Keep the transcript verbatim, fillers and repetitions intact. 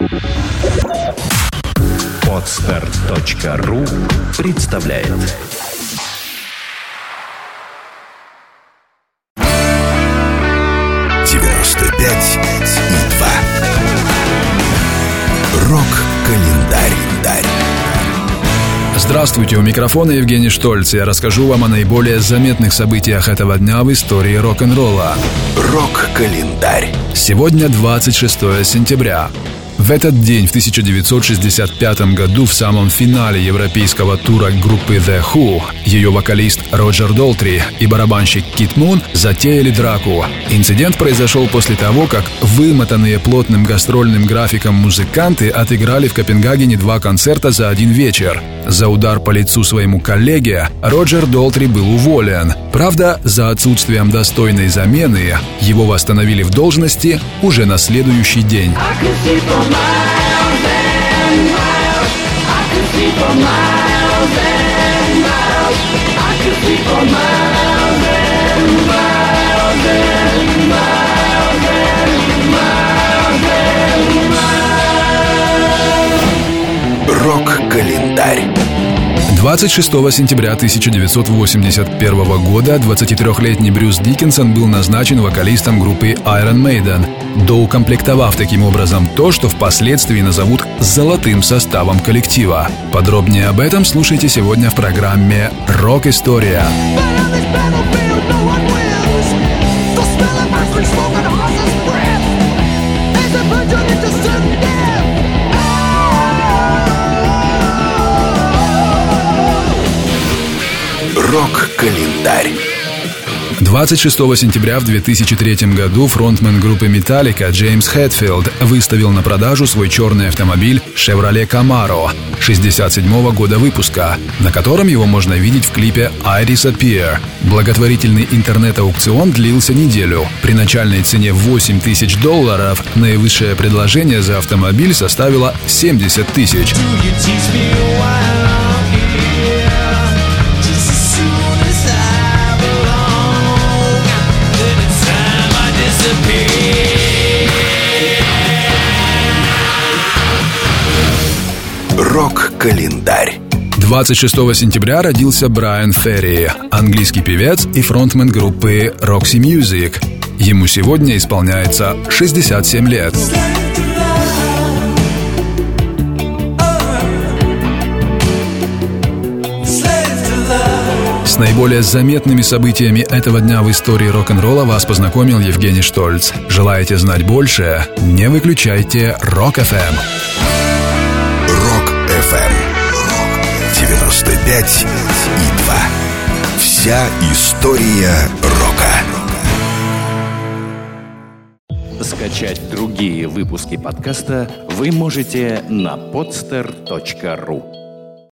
Подстер точка ру представляет. девяносто пять и два. Рок-календарь. Здравствуйте, у микрофона Евгений Штольц. Я расскажу вам о наиболее заметных событиях этого дня в истории рок-н-ролла. Рок-календарь. Сегодня двадцать шестое сентября. В этот день, в тысяча девятьсот шестьдесят пятом году, в самом финале европейского тура группы The Who, ее вокалист Роджер Долтри и барабанщик Кит Мун затеяли драку. Инцидент произошел после того, как вымотанные плотным гастрольным графиком музыканты отыграли в Копенгагене два концерта за один вечер. За удар по лицу своему коллеге Роджер Долтри был уволен. Правда, за отсутствием достойной замены его восстановили в должности уже на следующий день. Рок-календарь. двадцать шестого сентября тысяча девятьсот восемьдесят первого года двадцатитрёхлетний Брюс Диккенсон был назначен вокалистом группы Iron Maiden, доукомплектовав таким образом то, что впоследствии назовут «золотым составом коллектива». Подробнее об этом слушайте сегодня в программе «Рок-история». Рок-календарь. двадцать шестого сентября в две тысячи третьем году фронтмен группы Metallica Джеймс Хэтфилд выставил на продажу свой черный автомобиль Chevrolet Camaro шестьдесят седьмого года выпуска, на котором его можно видеть в клипе I Disappear. Благотворительный интернет-аукцион длился неделю. При начальной цене восемь тысяч долларов наивысшее предложение за автомобиль составило семьдесят тысяч. Рок-календарь. двадцать шестого сентября родился Брайан Ферри, английский певец и фронтмен группы Roxy Music. Ему сегодня исполняется шестьдесят семь лет. С наиболее заметными событиями этого дня в истории рок-н-ролла вас познакомил Евгений Штольц. Желаете знать больше? Не выключайте Рок-эф эм. Рок-эф эм. девяносто пять и два. Вся история рока. Скачать другие выпуски подкаста вы можете на подстер точка ру.